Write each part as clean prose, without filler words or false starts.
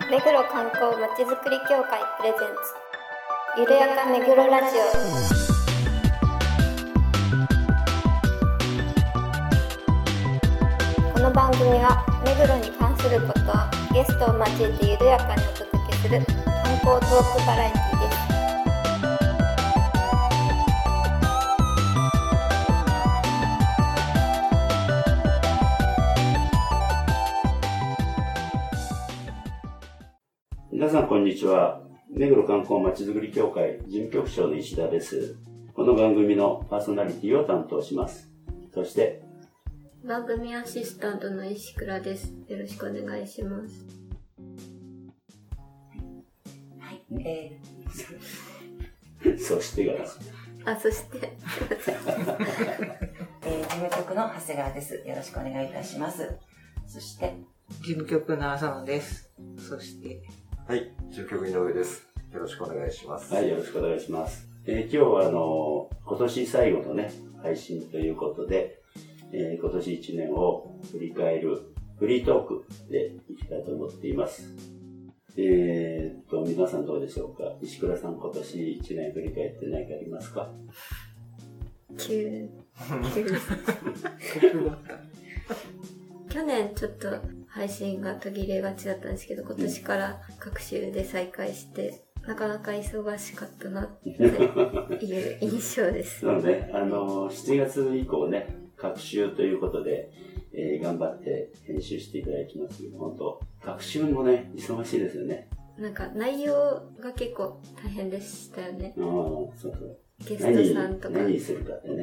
目黒観光まちづくり協会プレゼンツゆるやか目黒ラジオ。この番組は目黒に関することをゲストを交えてゆるやかにお届けする観光トークバラエティです。 皆さんこんにちは。目黒観光まちづくり協会事務局長の石田です。この番組のパーソナリティを担当します。そして番組アシスタントの石倉です。よろしくお願いします。 はい、 そしてがそして事務局の長谷川です。よろしくお願いいたします。そして事務局の浅野です。そしてはい、事務局井上です。よろしくお願いします。 はい、よろしくお願いします。今日は今年最後のね配信ということで、今年1年を振り返るフリートークでいきたいと思っています。皆さんどうでしょうか。石倉さん、今年1年振り返って何かありますか？ 急去年ちょっと配信が途切れがちだったんですけど、今年から各週で再開して、なかなか忙しかったなっていう印象です。 なので、7月以降ね、各週ということで、頑張って編集していただきますけど、本当各週もね、忙しいですよね。 なんか内容が結構大変でしたよね。 そうそう。 ゲストさんとか。 何するかってね。 はい。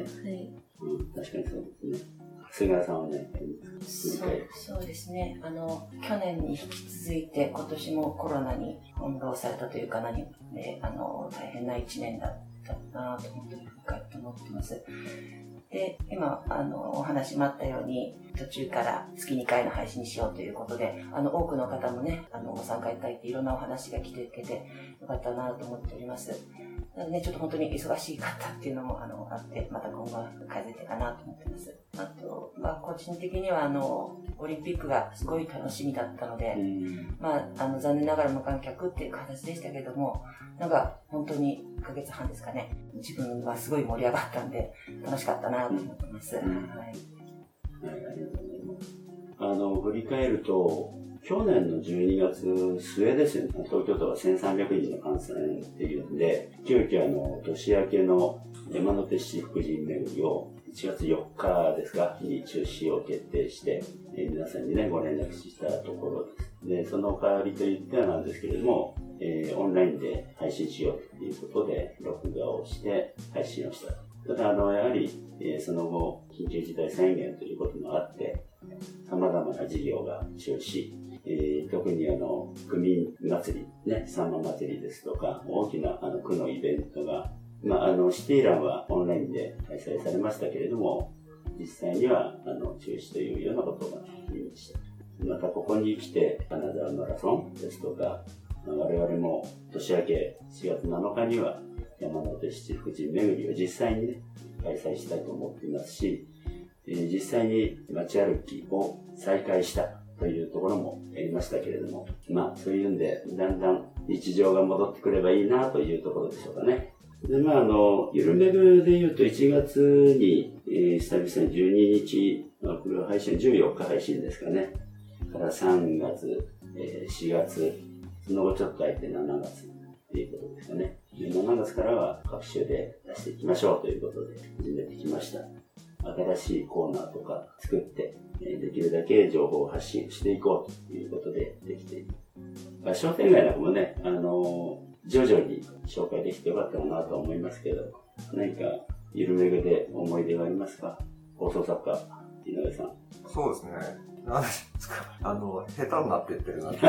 確かにそうですね。長谷川さんはね、 そうですね。去年に引き続いて今年もコロナに翻弄されたというか大変な1年だったなと思ってます。で、今、お話もあったように、途中から月2回の配信にしようということで、多くの方もね、ご参加いただいていろんなお話が来てくれてよかったなと思っております。なので、ちょっと本当に忙しかったっていうのもあって、また今後は改善かなと思ってます。あと、個人的にはオリンピックがすごい楽しみだったので、残念ながら無観客っていう形でしたけれども、本当に1ヶ月半ですかね、自分はすごい盛り上がったんで、楽しかったなと思ってます。はい。 ありがとうございます。振り返ると、去年の12月末ですよね。東京都は1300人の感染っていうんで、急遽年明けの山手七福神巡りを1月4日ですかに中止を決定して、皆さんにね、ご連絡したところです。で、その代わりといってはなんですけれども、オンラインで配信しようということで、録画をして配信をした。ただ、やはり、その後、緊急事態宣言ということもあって、様々な事業が中止。特に区民祭り、ね、さんま祭りですとか、大きな区のイベントが、シティランはオンラインで開催されましたけれども、実際には中止というようなことがありました。またここに来て、金沢マラソンですとか、我々も年明け4月7日には山手七福神巡りを実際にね、開催したいと思っていますし、実際に街歩きを再開したというところもありましたけれども、そういうんで、だんだん日常が戻ってくればいいなというところでしょうかね。で、ゆるめぐで言うと1月に、久々に12日、これは配信、14日配信ですかね。から3月、4月、その後ちょっと空いて7月ということですかね。7月からは各週で出していきましょうということで始めてきました。新しいコーナーとか作って、できるだけ情報を発信していこうということでできている。商店街なんかもね、徐々に紹介できてよかったかなと思いますけど、何かゆるめぐで思い出がありますか？放送作家、井上さん。 そうですね。何ですか？下手になっていってるなって。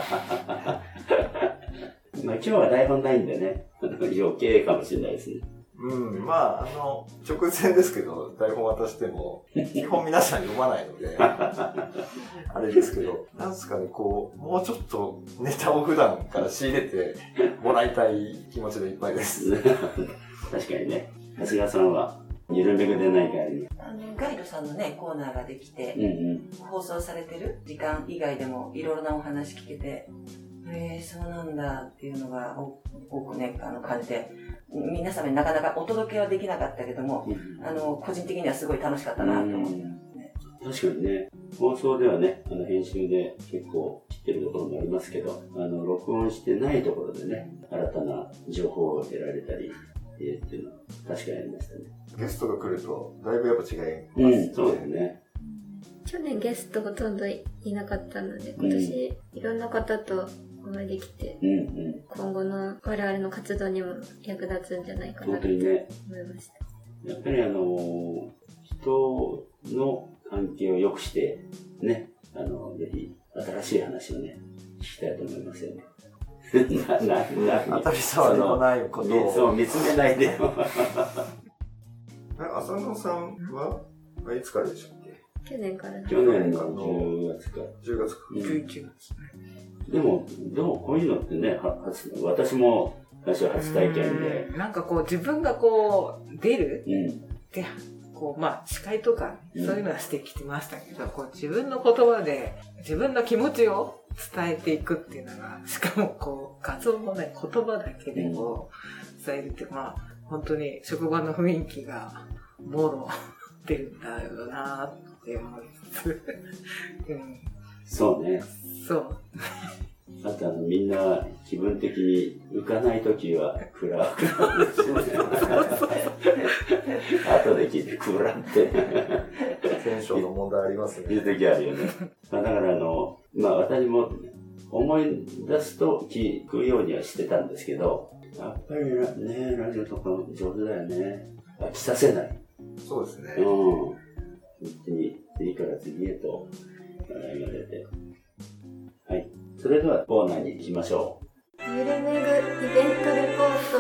今日は台本ないんでね、余計かもしれないですね。 直前ですけど、台本渡しても、基本皆さん読まないので、あれですけど、なんですかね、もうちょっとネタを普段から仕入れてもらいたい気持ちでいっぱいです。 確かにね。長谷川さんは、ゆるめぐでないからね。 ガイドさんのね、コーナーができて、放送されてる時間以外でもいろいろなお話聞けて、 そうなんだっていうのが多くね、感じて、皆様になかなかお届けはできなかったけども、個人的にはすごい楽しかったなと思って、ね。 確かにね、放送ではね、編集で結構知ってるところもありますけど、録音してないところでね、新たな情報を得られたり、っていうのは確かにありましたね。 ゲストが来ると、だいぶやっぱ違いますね。 そうですね。 去年ゲストほとんどいなかったので、今年いろんな方とお会いできて、今後の我々の活動にも役立つんじゃないかなと思いました。 やっぱり人の関係を良くしてね、ぜひ新しい話をね、聞きたいと思いますよね。当たり障りのないことを。 そう、見つめないでよ。 浅野さんはいつからでしたっけ？ 去年から。 去年の10月か。 10月か。 11月ね。 でもこういうのってね、私も最初初体験で。 なんかこう自分がこう出るで、こう司会とかそういうのはしてきてましたけど、こう自分の言葉で自分の気持ちを伝えていくっていうのが、しかもこう画像もない言葉だけでこう伝えるって、本当に職場の雰囲気がもろ出るんだよなって思いつつ、 そうね。 そう。 あとみんな気分的に浮かないときは暗く後で聞いて暗ってテンションの問題ありますね。 いうときあるよね。だから私も思い出すと聞くようにはしてたんですけど、やっぱりね、ラジオとか上手だよね。飽きさせない。 そうですね。 本当に次から次へと言われて。はい。それではコーナーに行きましょう。 ゆるめぐイベントレポート。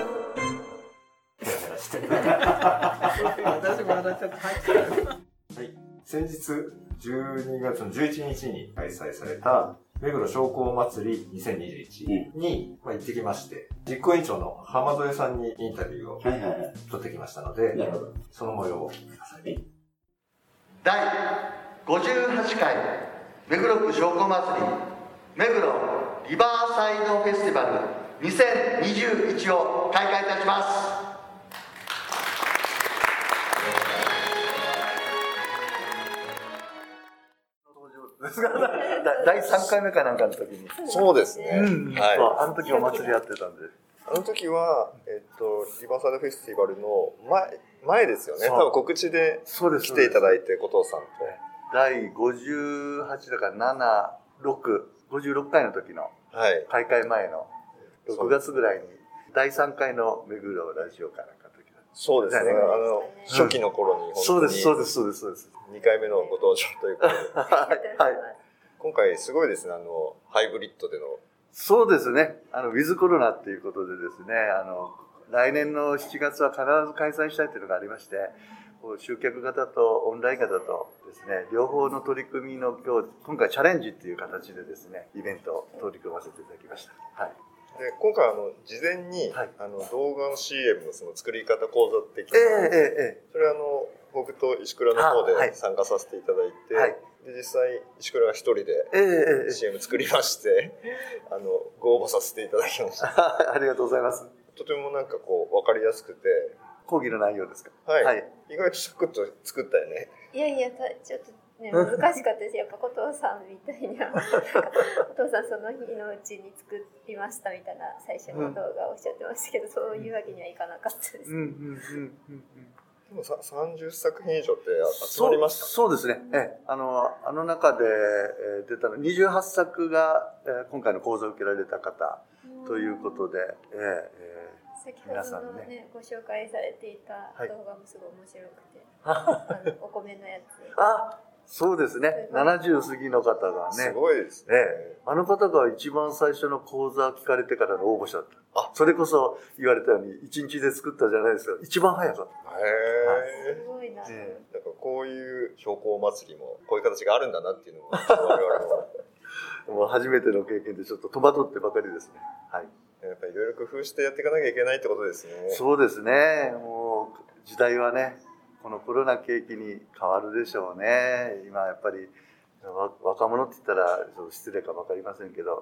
私も笑っちゃって入ってる。 はい。先日12月の11日に開催された目黒商工祭り2021に行ってきまして、実行委員長の浜添さんにインタビューを取ってきましたので、その模様をお聞きください。 第58回目黒区商工祭り目黒リバーサイドフェスティバル2021を開会いたします。 第3回目かなんかの時に。 そうですね。 はい。あの時お祭りやってたんで。 あの時は、リバーサイドフェスティバルの前ですよね。多分告知で来ていただいて、後藤さんと。 第58だから56回の時の、開会前の6月ぐらいに、第3回の目黒ラジオかなんかの時だ。 そうですね。初期の頃に、 そうです。 2回目のご登場ということで。 はい。 今回すごいですね、ハイブリッドでの。 そうですね。ウィズコロナっていうことでですね、来年の7月は必ず開催したいというのがありまして、集客型とオンライン型とですね、両方の取り組みの今回チャレンジっていう形でですね、イベントを取り組ませていただきました。はい。 で今回事前に、動画の CM のその作り方講座って聞いて、それ僕と石倉の方で参加させていただいて、で実際石倉が一人で CM 作りまして、ご応募させていただきました。 ありがとうございます。 とてもなんかこう分かりやすくて、 講義の内容ですか？ はい。意外とサクッと作ったよね。 いやちょっとね、難しかったです。やっぱ後藤さんみたいな、後藤さんその日のうちに作りましたみたいな最初の動画をおっしゃってましたけど、そういうわけにはいかなかったです。 でも30作品以上って集まりました、ね、 そうですね。あの中で出たの28作が今回の講座を受けられた方ということで、 先ほどのね、ご紹介されていた動画もすごい面白くて、お米のやつ。 そうですね。70過ぎの方がね。 すごいですね。 あの方が一番最初の講座聞かれてからの応募者だった。それこそ言われたように1日で作ったじゃないですか。一番早かった。 すごいな。 だからこういう商工祭りもこういう形があるんだなっていうのを我々 もう初めての経験でちょっと戸惑ってばかりですね。はい。 やっぱりいろいろ工夫してやっていかなきゃいけないってことですね。 そうですね。もう時代はね、このコロナ景気に変わるでしょうね。今やっぱり若者って言ったら失礼か分かりませんけど、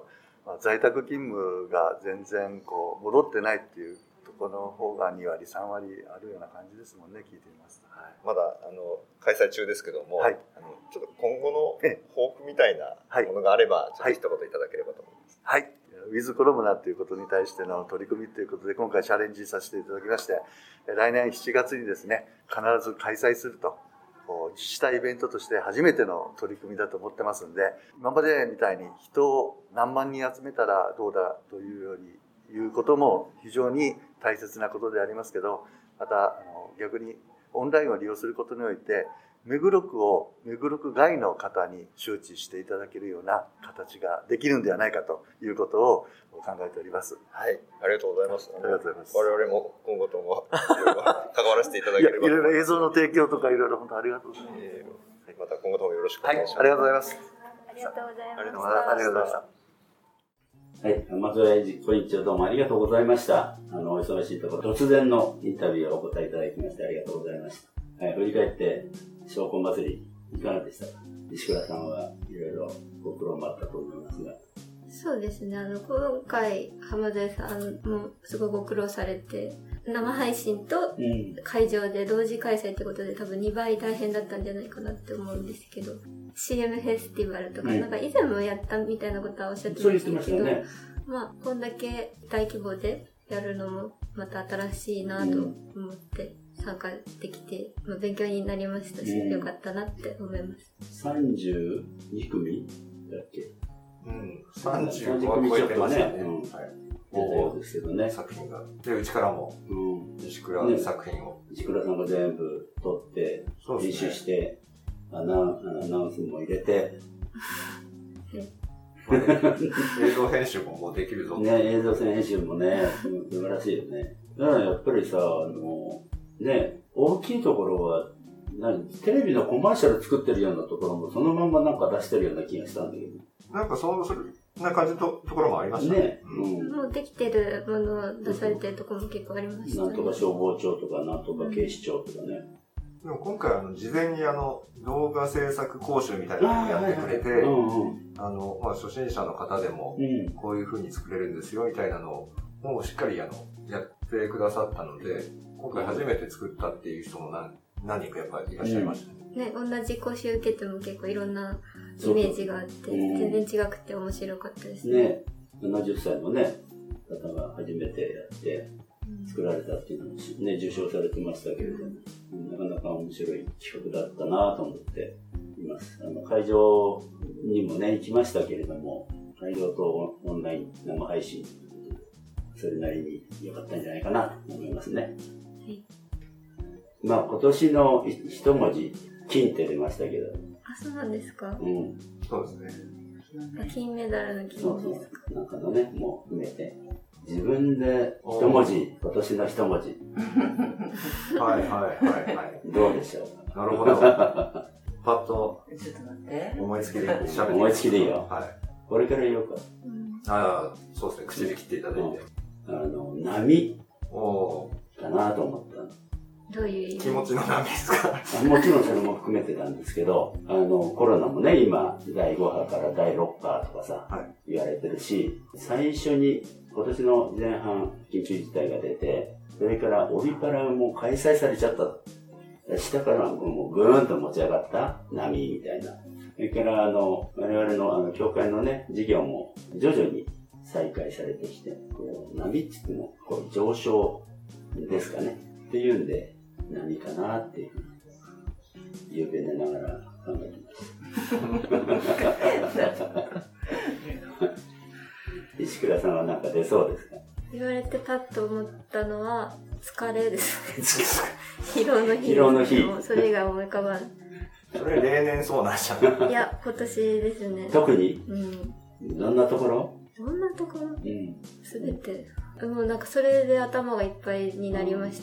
在宅勤務が全然こう戻ってないっていうところの方が2割3割あるような感じですもんね、聞いています。はい、 まだ開催中ですけども、はい、ちょっと今後の抱負みたいなものがあれば、ちょっと一言いただければと思います。 はい、ウィズコロナということに対しての取り組みということで今回チャレンジさせていただきまして、来年7月にですね必ず開催すると、自治体イベントとして初めての取り組みだと思ってますんで、今までみたいに人を何万人集めたらどうだというよりいうことも非常に大切なことでありますけど、また逆にオンラインを利用することにおいて目黒区を目黒区外の方に周知していただけるような形ができるんではないかということを考えております。 はい、ありがとうございます。 ありがとうございます。 我々も今後とも関わらせていただければ。 いろいろ映像の提供とかいろいろ本当ありがとうございます。 また今後ともよろしくお願いします。 はい、ありがとうございます。 ありがとうございました。 ありがとうございました。 はい、松原実行委員長どうもありがとうございました。お忙しいところ突然のインタビューをお答えいただきましてありがとうございました。はい、振り返って商工祭りいかがでしたか？石倉さんはいろいろご苦労もあったと思いますが。 そうですね、今回浜添さんもすごいご苦労されて、生配信と会場で同時開催ってことで多分2倍大変だったんじゃないかなって思うんですけど、 CM フェスティバルとか、なんか以前もやったみたいなことはおっしゃってましたけど、まあこんだけ大規模でやるのもまた新しいなと思って参加できて、勉強になりましたし、よかったなって思います。 32組だっけ 30は超えてましたね。 そうですけどね。 作品が。で、うちからも、石倉作品を。 石倉さんが全部撮って、編集して、アナウンスも入れて、 映像編集ももうできるぞ。 ね、映像編集もね、素晴らしいよね。だからやっぱりさ、ね、大きいところは、テレビのコマーシャル作ってるようなところもそのままなんか出してるような気がしたんだけど。 なんかそんな感じのところもありましたね。 もうできてるものを出されてるところも結構ありましたね。 なんとか消防庁とか、なんとか警視庁とかね。 でも今回事前に動画制作講習みたいなのをやってくれて、初心者の方でもこういう風に作れるんですよみたいなのをもうしっかりやってくださったので、今回初めて作ったっていう人も何人かやっぱりいらっしゃいましたね。 同じ講習受けても結構いろんなイメージがあって、全然違くて面白かったですね。 70歳のね、方が初めてやって作られたっていうのもね、受賞されてましたけれども、なかなか面白い企画だったなと思っています。会場にもね、行きましたけれども、会場とオンライン生配信、それなりに良かったんじゃないかなと思いますね。はい、今年の一文字、金って出ましたけど。 そうなんですか？ そうですね。 金メダルの金ですか？ なんかのね、もう含めて。自分で一文字、今年の一文字。 はい。 どうでしょう？ なるほど。パッと、 ちょっと待って。 思いつきで喋って。 思いつきでいいよ。 はい。 これから言おうか。 そうですね。口で切っていただいて。 波。かなと思ったの。 どういう意味？ 気持ちの波ですか？ もちろんそれも含めてたんですけど、コロナもね、今、第5波から第6波とかさ、言われてるし、最初に今年の前半、緊急事態が出て、それからオリパラも開催されちゃった。下からもうぐーんと持ち上がった波みたいな。それから我々の教会のね、事業も徐々に再開されてきて、波って言っても上昇ですかね。っていうんで、波かなっていう、ゆうべ寝ながら考えてました。石倉さんは何か出そうですか？ 言われてパッと思ったのは、疲れですね。疲労の日。 それ以外思い浮かばない。 それ例年そうなんじゃない？ いや、今年ですね。 特に？どんなところ？すべて。もうなんかそれで頭がいっぱいになりました。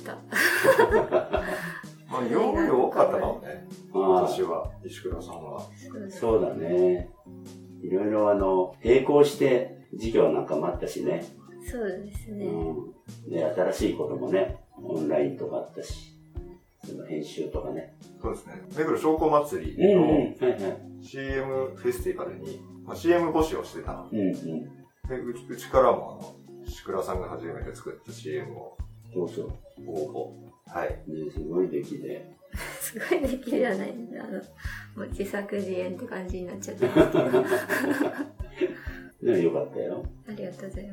業務多かったかもね。今年は、石倉さんは。 そうだね。いろいろ並行して授業なんかもあったしね。 そうですね。 で、新しいこともね、オンラインとかあったし、その編集とかね。 そうですね。目黒商工祭りの CM フェスティバルに、CM 募集をしてたの。 で、うちからも石倉さんが初めて作った CM をそうそう。 応募。はい。 ですごい出来で。 すごい出来じゃないんだ。もう自作自演って感じになっちゃったんですけど。 でもよかったよ。 ありがとうございます。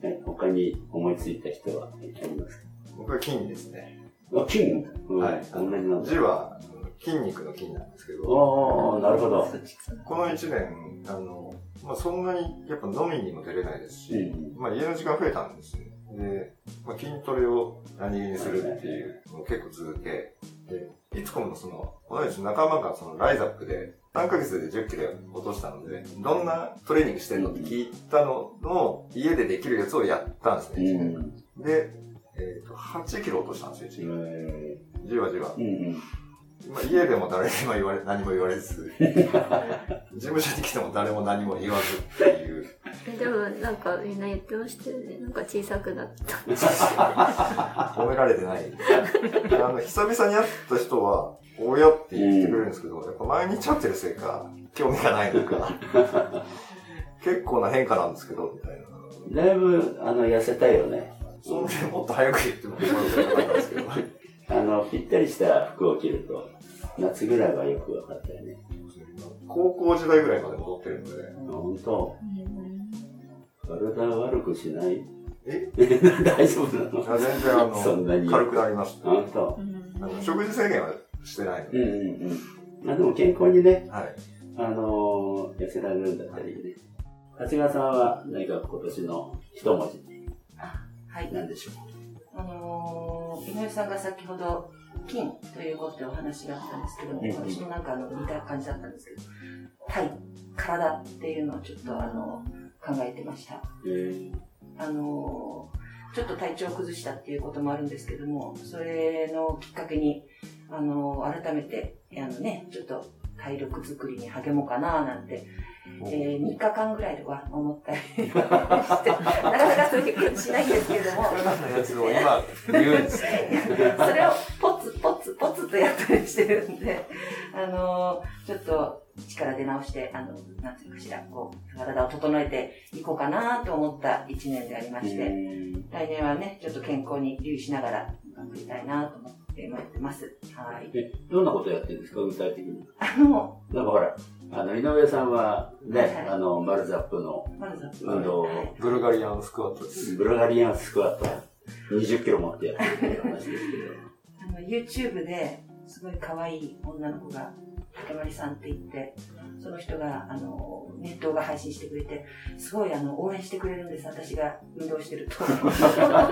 はい、他に思いついた人はありますか？ 僕は金ですね。 あ、筋、 はい。 同じなんだ。 字は筋肉の筋なんですけど。 ああ、なるほど。 この1年、まあ、そんなにやっぱ飲みにも出れないですし、まあ、家の時間増えたんですね。で、まあ、筋トレを何気にするっていうのを結構続け、で、いつこも同じ仲間がライザップで3ヶ月で10キロ落としたので、どんなトレーニングしてんのって聞いたのを家でできるやつをやったんですね。で、8キロ落としたんですよ、じわじわ。まあ、家でも誰にも何も言われず、事務所に来ても誰も何も言わずっていう。 でもなんかみんな言ってましたよね。なんか小さくなった。 褒められてない。久々に会った人は、おやって言ってくれるんですけど、やっぱ毎日会ってるせいか、興味がないのか、結構な変化なんですけど、みたいな。だいぶ、痩せたよね。 そんでもっと早く言ってもらうことなんですけど。 ぴったりした服を着ると、夏ぐらいはよく分かったよね。 高校時代ぐらいまで戻ってるので。 本当。体悪くしない？ え大丈夫なの？ 全然そんなに軽くなりました。 本当。 食事制限はしてないので。 でも健康にね、 はい。 痩せられるんだったらいいね。長谷川さんは何か今年の一文字。 はい。 何でしょう？ 井上さんが先ほど筋ということでお話があったんですけども、私もなんか似た感じだったんですけど、体っていうのをちょっと考えてました。ちょっと体調を崩したっていうこともあるんですけども、それのきっかけに改めてちょっと体力作りに励もうかななんて。3日間ぐらいでは思ったりして、なかなかそういうことしないんですけども。 それのやつを今言うんですね。 それをポツとやったりしてるんで、ちょっと力出直して、なんていうかしら、体を整えていこうかなと思った1年でありまして、来年はね、ちょっと健康に留意しながら頑張りたいなと思ってやってます。はい。 どんなことやってるんですか、具体的に？なんかほら、井上さんはね、マルザップの運動、 ブルガリアンスクワットです。 ブルガリアンスクワット、20キロ持ってやってるって話ですけど。YouTube ですごい可愛い女の子が、竹丸さんって言って、その人が、ネットが配信してくれて、すごい応援してくれるんです、私が運動してると。そう。な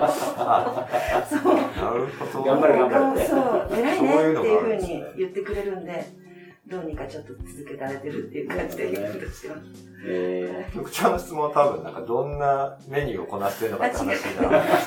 るほど。 頑張れって。 そう、偉いねっていうふうに言ってくれるんで、どうにかちょっと続けられてるっていう感じで運動してます。 局長の質問は多分なんかどんなメニューをこなしてるのかって話になりました。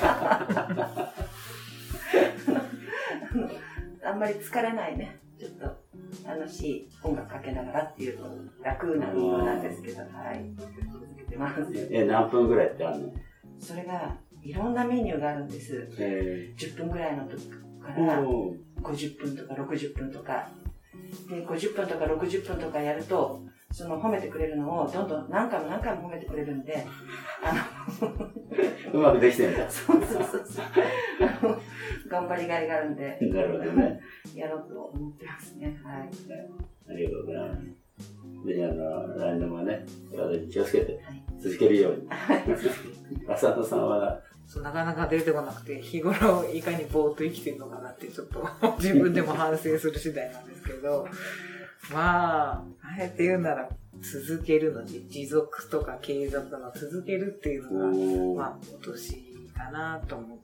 あんまり疲れないね、ちょっと楽しい音楽かけながらっていうと楽な運動なんですけど、はい、続けてます。 何分ぐらいってあるの？ それがいろんなメニューがあるんです。10分ぐらいの時から50分とか60分とか。で、50分とか60分とかやると、その褒めてくれるのをどんどん何回も褒めてくれるんで、 うまくできてるんだ。 そう。頑張りがいがあるんで、 なるほどね。 やろうと思ってますね。はい。 ありがとうございます。で、来年もね、体に気をつけて続けるように。浅野さんは、 なかなか出てこなくて、日頃いかにぼーっと生きてるのかなってちょっと自分でも反省する次第なんですけど、まあ、あえて言うなら続けるの、持続とか継続の続けるっていうのが、まあ今年かなと思って、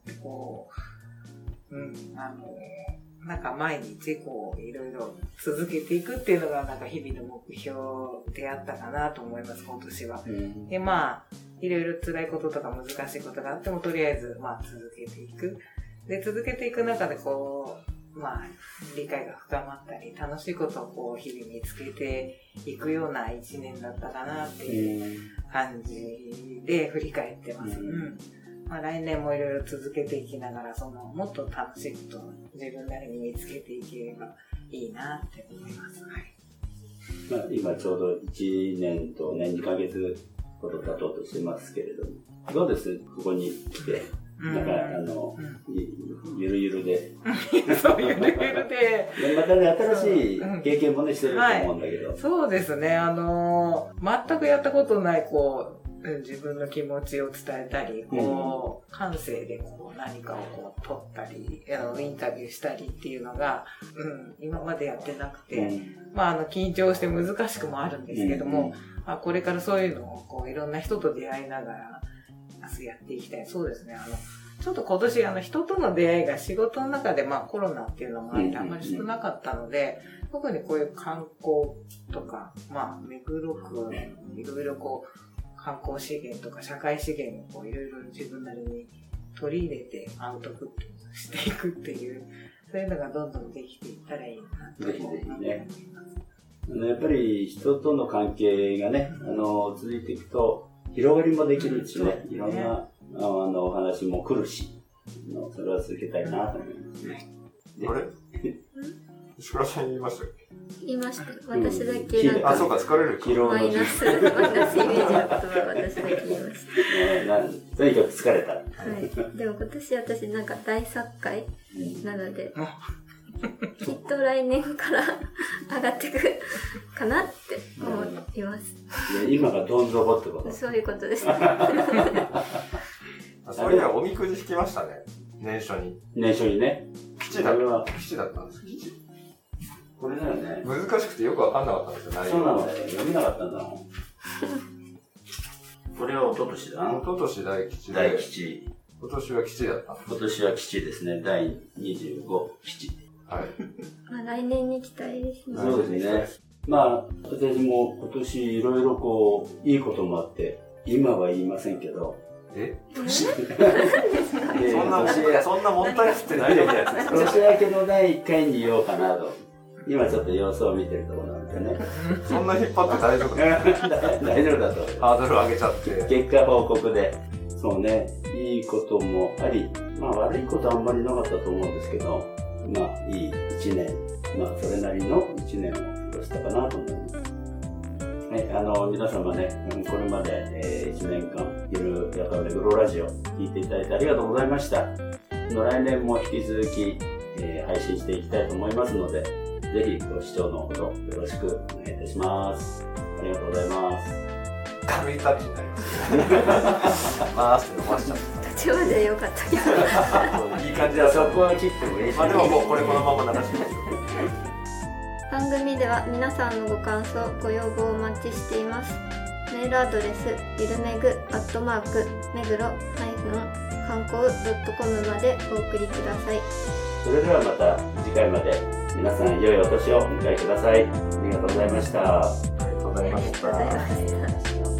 なんか毎日いろいろ続けていくっていうのがなんか日々の目標であったかなと思います、今年は。で、まあ、いろいろ辛いこととか難しいことがあってもとりあえずまあ続けていく。で、続けていく中でまあ、理解が深まったり、楽しいことを日々見つけていくような一年だったかなっていう感じで振り返ってます。まあ、来年もいろいろ続けていきながら、もっと楽しいことを自分なりに見つけていければいいなって思います。はい。 まあ、今ちょうど1年と2ヶ月ことを立とうとしてますけれども、どうですここに来て。なんか、ゆるゆるで。 そう、ゆるゆるで。 またね、新しい経験もね、してると思うんだけど。 そうですね、全くやったことない、自分の気持ちを伝えたり、感性で何かを撮ったり、インタビューしたりっていうのが、今までやってなくて、緊張して難しくもあるんですけども、これからそういうのをいろんな人と出会いながら、やっていきたい。そうですね。ちょっと今年人との出会いが仕事の中でコロナっていうのもあってあんまり少なかったので、特にこういう観光とか、目黒区、いろいろ観光資源とか社会資源をいろいろ自分なりに取り入れてアウトプットしていくっていう、そういうのがどんどんできていったらいいなと思います。 やっぱり人との関係がね、続いていくと、広がりもできるしね、いろんなお話も来るし、それは続けたいなと思いますね。 あれ石倉さん言いましたっけ？ 言いました。私だけなんか、 そうか、疲れるマイナスイメージの言葉私だけ言いました。 とにかく疲れた。 はい。でも今年私なんか大作会なので、きっと来年から上がってくかなって思います。 今がどん底ってこと？ そういうことですね。 そういや、おみくじ引きましたね。年初に。 年初にね。 吉だったんです。吉。 これだよね。 難しくてよくわかんなかったんですよ、内容。 そうなのね。読めなかったんだもん。これは一昨年だな。 一昨年大吉で。 大吉。 今年は吉だった。 今年は吉ですね。第25吉。 はい。 来年に期待ですね。 そうですね。私も今年いろいろいいこともあって、今は言いませんけど。 そんなもったいってないよね。 年明けの第1回に言おうかなと。今ちょっと様子を見てるところなんでね。 そんな引っ張って大丈夫大丈夫だと。 ハードル上げちゃって。 結果報告で。そうね、いいこともあり、悪いことはあんまりなかったと思うんですけど、いい1年、それなりの1年を過ごしたかなと思います。はい、皆様ね、これまで、1年間、ゆるやか目黒ラジオ、聞いていただいてありがとうございました。来年も引き続き、配信していきたいと思いますので、ぜひご視聴のほどよろしくお願いいたします。ありがとうございます。 軽いタッチになりますね。回して伸ばしちゃった。 途中まで良かったけど。 いい感じだ。 そこは切ってもいいし。 でももうこれこのまま流します。 番組では皆さんのご感想、ご要望をお待ちしています。メールアドレス、ゆるめぐ@目黒観光.com までお送りください。 それではまた次回まで皆さん良いお年をお迎えください。ありがとうございました。 ありがとうございました。